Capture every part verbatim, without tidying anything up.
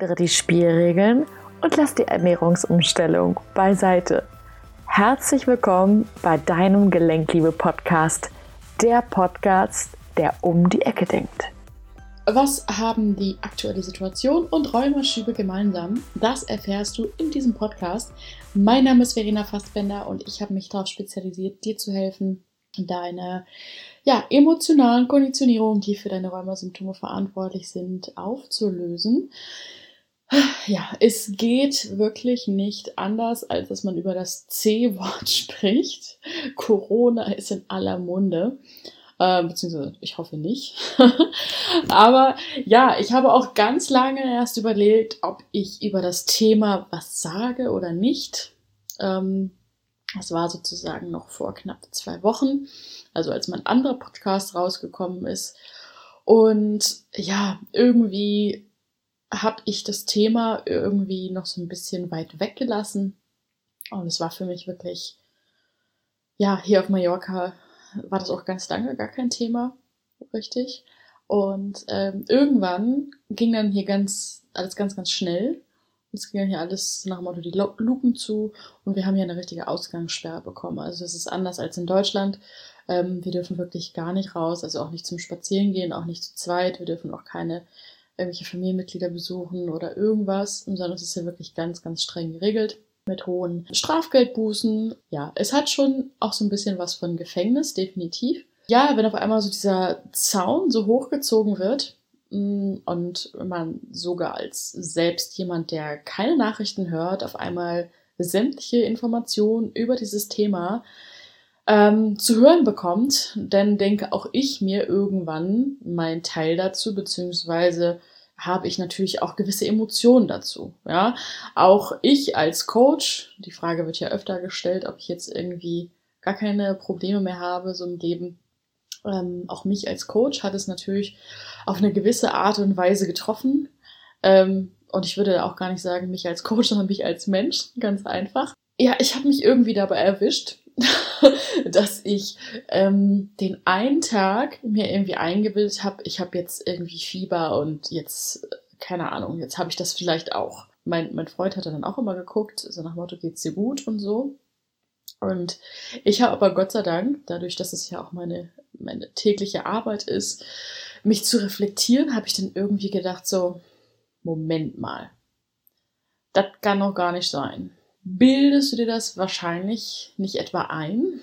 Ändere die Spielregeln und lass die Ernährungsumstellung beiseite. Herzlich willkommen bei deinem Gelenkliebe-Podcast, der Podcast, der um die Ecke denkt. Was haben die aktuelle Situation und Rheumaschübe gemeinsam? Das erfährst du in diesem Podcast. Mein Name ist Verena Fassbender und ich habe mich darauf spezialisiert, dir zu helfen, deine ja, emotionalen Konditionierungen, die für deine Rheumasymptome verantwortlich sind, aufzulösen. Ja, es geht wirklich nicht anders, als dass man über das C-Wort spricht. Corona ist in aller Munde. Äh, beziehungsweise, ich hoffe nicht. Aber ja, ich habe auch ganz lange erst überlegt, ob ich über das Thema was sage oder nicht. Ähm, das war sozusagen noch vor knapp zwei Wochen, also als mein anderer Podcast rausgekommen ist. Und ja, irgendwie habe ich das Thema irgendwie noch so ein bisschen weit weggelassen. Und es war für mich wirklich, ja, hier auf Mallorca war das auch ganz lange gar kein Thema, richtig. Und ähm, irgendwann ging dann hier ganz alles ganz, ganz schnell. Es ging dann hier alles nach dem Motto die Luken zu und wir haben hier eine richtige Ausgangssperre bekommen. Also es ist anders als in Deutschland. Ähm, wir dürfen wirklich gar nicht raus, also auch nicht zum Spazierengehen, auch nicht zu zweit. Wir dürfen auch keine irgendwelche Familienmitglieder besuchen oder irgendwas, sondern es ist ja wirklich ganz, ganz streng geregelt mit hohen Strafgeldbußen. Ja, es hat schon auch so ein bisschen was von Gefängnis, definitiv. Ja, wenn auf einmal so dieser Zaun so hochgezogen wird mh, und man sogar als selbst jemand, der keine Nachrichten hört, auf einmal sämtliche Informationen über dieses Thema ähm, zu hören bekommt, dann denke auch ich mir irgendwann meinen Teil dazu, beziehungsweise habe ich natürlich auch gewisse Emotionen dazu. Ja, auch ich als Coach, die Frage wird ja öfter gestellt, ob ich jetzt irgendwie gar keine Probleme mehr habe so im Leben. Ähm, auch mich als Coach hat es natürlich auf eine gewisse Art und Weise getroffen. Ähm, und ich würde auch gar nicht sagen, mich als Coach, sondern mich als Mensch, ganz einfach. Ja, ich habe mich irgendwie dabei erwischt, dass ich ähm, den einen Tag mir irgendwie eingebildet habe, ich habe jetzt irgendwie Fieber und jetzt, keine Ahnung, jetzt habe ich das vielleicht auch. Mein, mein Freund hat dann auch immer geguckt, so nach dem Motto, geht's dir gut und so. Und ich habe aber Gott sei Dank, dadurch, dass es ja auch meine, meine tägliche Arbeit ist, mich zu reflektieren, habe ich dann irgendwie gedacht so, Moment mal, das kann doch gar nicht sein. Bildest du dir das wahrscheinlich nicht etwa ein?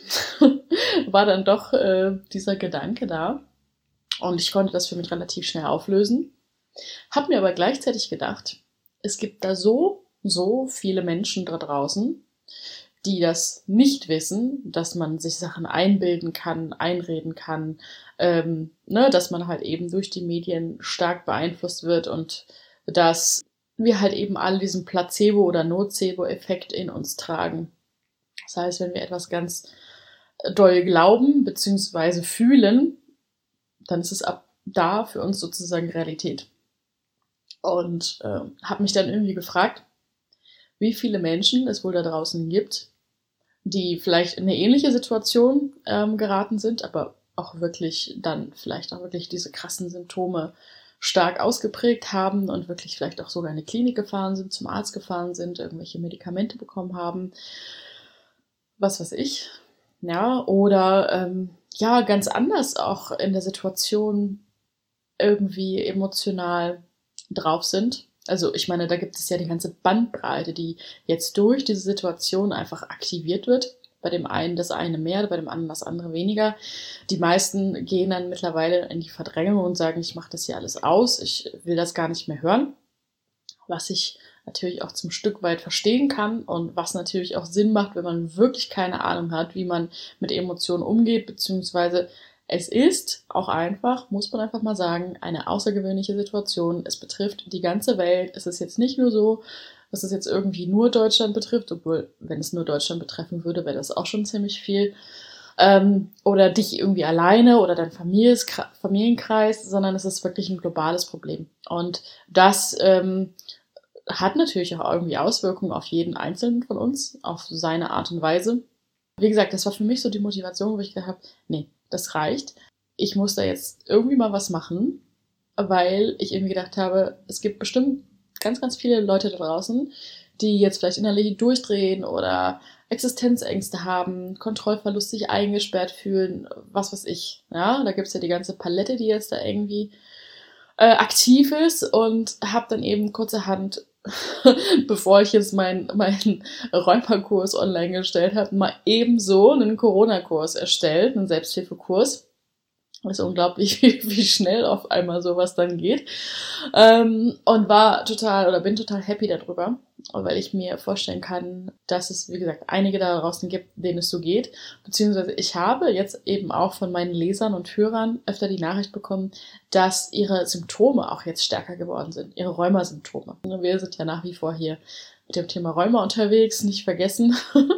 War dann doch äh, dieser Gedanke da. Und ich konnte das für mich relativ schnell auflösen. Hab mir aber gleichzeitig gedacht, es gibt da so, so viele Menschen da draußen, die das nicht wissen, dass man sich Sachen einbilden kann, einreden kann, ähm, ne, dass man halt eben durch die Medien stark beeinflusst wird und dass wir halt eben alle diesen Placebo- oder Nocebo-Effekt in uns tragen. Das heißt, wenn wir etwas ganz doll glauben bzw. fühlen, dann ist es ab da für uns sozusagen Realität. Und äh, habe mich dann irgendwie gefragt, wie viele Menschen es wohl da draußen gibt, die vielleicht in eine ähnliche Situation ähm, geraten sind, aber auch wirklich dann vielleicht auch wirklich diese krassen Symptome stark ausgeprägt haben und wirklich vielleicht auch sogar in eine Klinik gefahren sind, zum Arzt gefahren sind, irgendwelche Medikamente bekommen haben, was weiß ich, ja, oder ähm, ja, ganz anders auch in der Situation irgendwie emotional drauf sind. Also ich meine, da gibt es ja die ganze Bandbreite, die jetzt durch diese Situation einfach aktiviert wird. Bei dem einen das eine mehr, bei dem anderen das andere weniger. Die meisten gehen dann mittlerweile in die Verdrängung und sagen, ich mache das hier alles aus, ich will das gar nicht mehr hören. Was ich natürlich auch zum Stück weit verstehen kann und was natürlich auch Sinn macht, wenn man wirklich keine Ahnung hat, wie man mit Emotionen umgeht, beziehungsweise es ist auch einfach, muss man einfach mal sagen, eine außergewöhnliche Situation. Es betrifft die ganze Welt. Es ist jetzt nicht nur so, dass es jetzt irgendwie nur Deutschland betrifft, obwohl, wenn es nur Deutschland betreffen würde, wäre das auch schon ziemlich viel. Ähm, oder dich irgendwie alleine oder dein Familienkreis, sondern es ist wirklich ein globales Problem. Und das ähm, hat natürlich auch irgendwie Auswirkungen auf jeden Einzelnen von uns, auf seine Art und Weise. Wie gesagt, das war für mich so die Motivation, wo ich gedacht habe, nee, das reicht. Ich muss da jetzt irgendwie mal was machen, weil ich irgendwie gedacht habe, es gibt bestimmt ganz, ganz viele Leute da draußen, die jetzt vielleicht innerlich durchdrehen oder Existenzängste haben, Kontrollverlust, sich eingesperrt fühlen, was weiß ich. Ja, da gibt's ja die ganze Palette, die jetzt da irgendwie äh, aktiv ist, und habe dann eben kurzerhand, bevor ich jetzt meinen mein Rheuma-Kurs online gestellt habe, mal ebenso einen Corona-Kurs erstellt, einen Selbsthilfekurs. Das ist unglaublich, wie, wie schnell auf einmal sowas dann geht. Ähm, und war total, oder bin total happy darüber, weil ich mir vorstellen kann, dass es, wie gesagt, einige da draußen gibt, denen es so geht. Beziehungsweise ich habe jetzt eben auch von meinen Lesern und Hörern öfter die Nachricht bekommen, dass ihre Symptome auch jetzt stärker geworden sind, ihre Rheuma-Symptome. Wir sind ja nach wie vor hier mit dem Thema Rheuma unterwegs, nicht vergessen.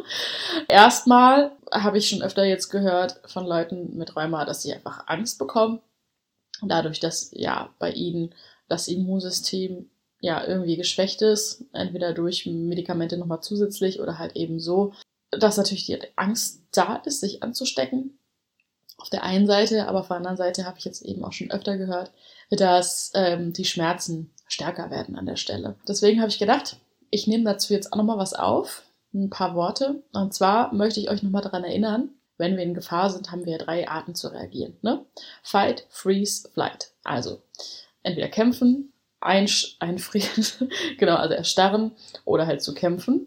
Erstmal habe ich schon öfter jetzt gehört von Leuten mit Rheuma, dass sie einfach Angst bekommen. Dadurch, dass ja bei ihnen das Immunsystem ja irgendwie geschwächt ist, entweder durch Medikamente nochmal zusätzlich oder halt eben so, dass natürlich die Angst da ist, sich anzustecken. Auf der einen Seite, aber auf der anderen Seite habe ich jetzt eben auch schon öfter gehört, dass ähm, die Schmerzen stärker werden an der Stelle. Deswegen habe ich gedacht, ich nehme dazu jetzt auch nochmal was auf, ein paar Worte. Und zwar möchte ich euch nochmal daran erinnern, wenn wir in Gefahr sind, haben wir drei Arten zu reagieren. Ne? Fight, Freeze, Flight. Also entweder kämpfen, einsch- einfrieren, genau, also erstarren oder halt zu kämpfen.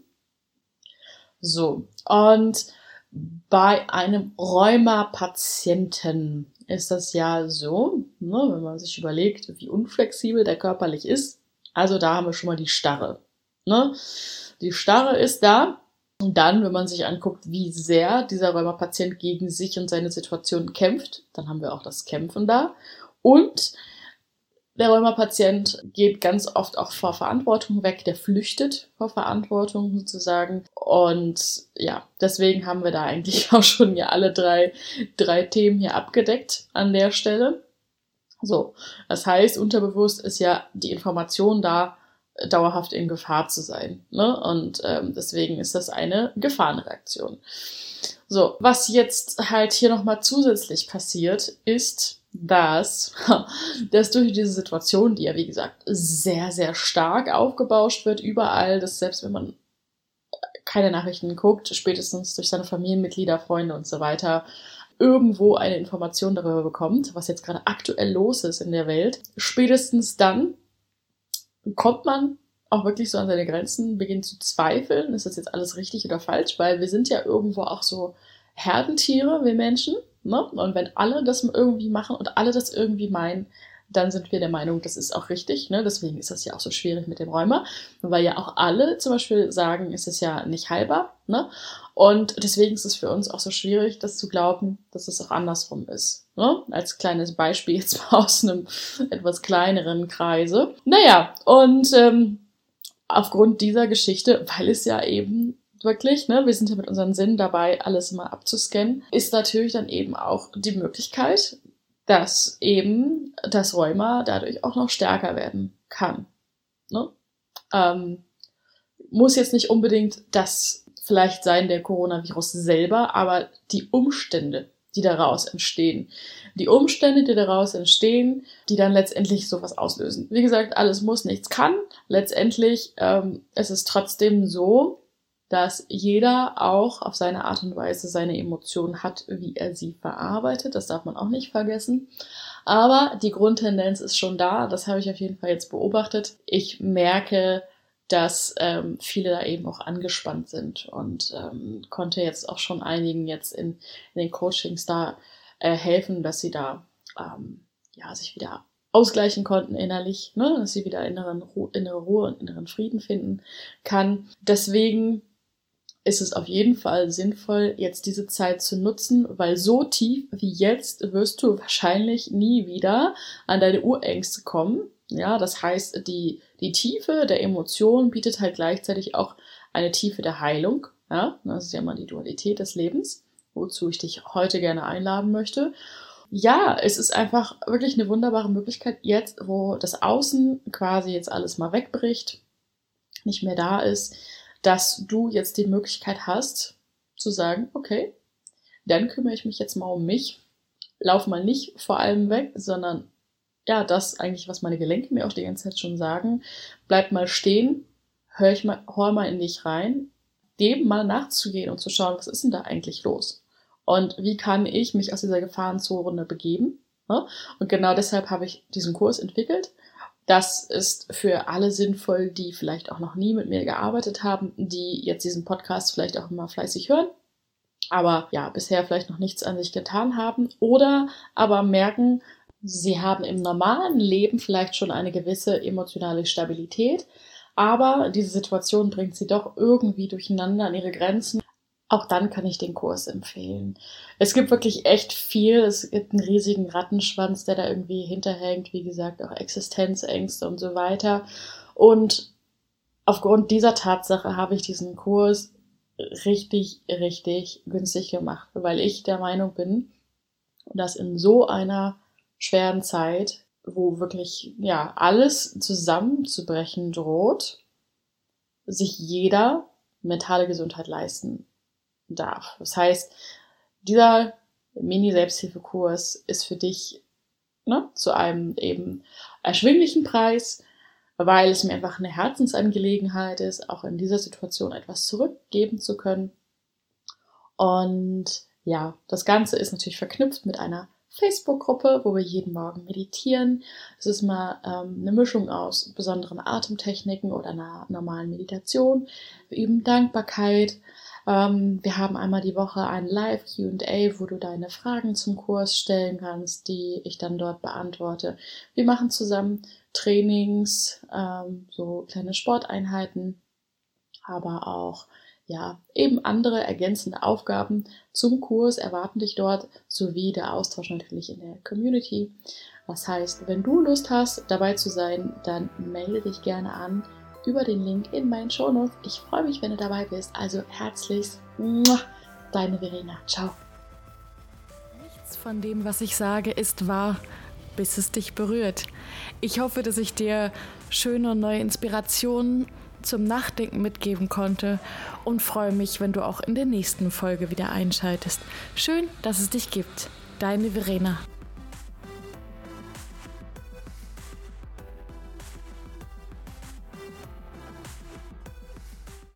So, und bei einem Rheuma-Patienten ist das ja so, ne, wenn man sich überlegt, wie unflexibel der körperlich ist. Also da haben wir schon mal die Starre. Ne? Die Starre ist da. Und dann, wenn man sich anguckt, wie sehr dieser Rheuma-Patient gegen sich und seine Situation kämpft, dann haben wir auch das Kämpfen da. Und der Rheuma-Patient geht ganz oft auch vor Verantwortung weg, der flüchtet vor Verantwortung sozusagen. Und ja, deswegen haben wir da eigentlich auch schon ja alle drei, drei Themen hier abgedeckt an der Stelle. So, das heißt, unterbewusst ist ja die Information da, dauerhaft in Gefahr zu sein. Ne? Und ähm, deswegen ist das eine Gefahrenreaktion. So, was jetzt halt hier nochmal zusätzlich passiert, ist, dass, dass durch diese Situation, die ja wie gesagt sehr, sehr stark aufgebauscht wird, überall, dass selbst wenn man keine Nachrichten guckt, spätestens durch seine Familienmitglieder, Freunde und so weiter, irgendwo eine Information darüber bekommt, was jetzt gerade aktuell los ist in der Welt, spätestens dann kommt man auch wirklich so an seine Grenzen, beginnt zu zweifeln, ist das jetzt alles richtig oder falsch, weil wir sind ja irgendwo auch so Herdentiere, wir Menschen, ne? Und wenn alle das irgendwie machen und alle das irgendwie meinen, dann sind wir der Meinung, das ist auch richtig, ne? Deswegen ist das ja auch so schwierig mit dem Rheuma, weil ja auch alle zum Beispiel sagen, es ist ja nicht heilbar, ne? Und deswegen ist es für uns auch so schwierig, das zu glauben, dass es auch andersrum ist, ne? Als kleines Beispiel jetzt mal aus einem etwas kleineren Kreise. Naja, und ähm, aufgrund dieser Geschichte, weil es ja eben wirklich, ne, wir sind ja mit unseren Sinnen dabei, alles mal abzuscannen, ist natürlich dann eben auch die Möglichkeit, dass eben das Rheuma dadurch auch noch stärker werden kann. Ne? Ähm, muss jetzt nicht unbedingt das vielleicht sein, der Coronavirus selber, aber die Umstände, die daraus entstehen. Die Umstände, die daraus entstehen, die dann letztendlich sowas auslösen. Wie gesagt, alles muss, nichts kann. Letztendlich ähm, ist es trotzdem so, dass jeder auch auf seine Art und Weise seine Emotionen hat, wie er sie verarbeitet. Das darf man auch nicht vergessen. Aber die Grundtendenz ist schon da. Das habe ich auf jeden Fall jetzt beobachtet. Ich merke, dass ähm, viele da eben auch angespannt sind und ähm, konnte jetzt auch schon einigen jetzt in, in den Coachings da äh, helfen, dass sie da ähm, ja sich wieder ausgleichen konnten innerlich, ne? Dass sie wieder inneren Ru- innere Ruhe und inneren Frieden finden kann. Deswegen ist es auf jeden Fall sinnvoll, jetzt diese Zeit zu nutzen, weil so tief wie jetzt wirst du wahrscheinlich nie wieder an deine Urängste kommen. Ja, das heißt, die, die Tiefe der Emotionen bietet halt gleichzeitig auch eine Tiefe der Heilung. Ja, das ist ja mal die Dualität des Lebens, wozu ich dich heute gerne einladen möchte. Ja, es ist einfach wirklich eine wunderbare Möglichkeit jetzt, wo das Außen quasi jetzt alles mal wegbricht, nicht mehr da ist, dass du jetzt die Möglichkeit hast, zu sagen, okay, dann kümmere ich mich jetzt mal um mich, lauf mal nicht vor allem weg, sondern ja, das eigentlich, was meine Gelenke mir auch die ganze Zeit schon sagen. Bleib mal stehen, hör, ich mal, hör mal in dich rein, dem mal nachzugehen und zu schauen, was ist denn da eigentlich los? Und wie kann ich mich aus dieser Gefahrenzone begeben? Und genau deshalb habe ich diesen Kurs entwickelt. Das ist für alle sinnvoll, die vielleicht auch noch nie mit mir gearbeitet haben, die jetzt diesen Podcast vielleicht auch immer fleißig hören, aber ja, bisher vielleicht noch nichts an sich getan haben oder aber merken, sie haben im normalen Leben vielleicht schon eine gewisse emotionale Stabilität, aber diese Situation bringt sie doch irgendwie durcheinander an ihre Grenzen. Auch dann kann ich den Kurs empfehlen. Es gibt wirklich echt viel. Es gibt einen riesigen Rattenschwanz, der da irgendwie hinterhängt. Wie gesagt, auch Existenzängste und so weiter. Und aufgrund dieser Tatsache habe ich diesen Kurs richtig, richtig günstig gemacht, weil ich der Meinung bin, dass in so einer schweren Zeit, wo wirklich ja alles zusammenzubrechen droht, sich jeder mentale Gesundheit leisten darf. Das heißt, dieser Mini-Selbsthilfekurs ist für dich ne, zu einem eben erschwinglichen Preis, weil es mir einfach eine Herzensangelegenheit ist, auch in dieser Situation etwas zurückgeben zu können. Und ja, das Ganze ist natürlich verknüpft mit einer Facebook-Gruppe, wo wir jeden Morgen meditieren. Es ist mal ähm, eine Mischung aus besonderen Atemtechniken oder einer normalen Meditation. Wir üben Dankbarkeit. Ähm, wir haben einmal die Woche ein Live-Q und A, wo du deine Fragen zum Kurs stellen kannst, die ich dann dort beantworte. Wir machen zusammen Trainings, ähm, so kleine Sporteinheiten, aber auch ja, eben andere ergänzende Aufgaben zum Kurs erwarten dich dort, sowie der Austausch natürlich in der Community. Das heißt, wenn du Lust hast, dabei zu sein, dann melde dich gerne an über den Link in meinen Shownotes. Ich freue mich, wenn du dabei bist. Also herzlichst, deine Verena. Ciao. Nichts von dem, was ich sage, ist wahr, bis es dich berührt. Ich hoffe, dass ich dir schöne und neue Inspirationen zum Nachdenken mitgeben konnte und freue mich, wenn du auch in der nächsten Folge wieder einschaltest. Schön, dass es dich gibt. Deine Verena.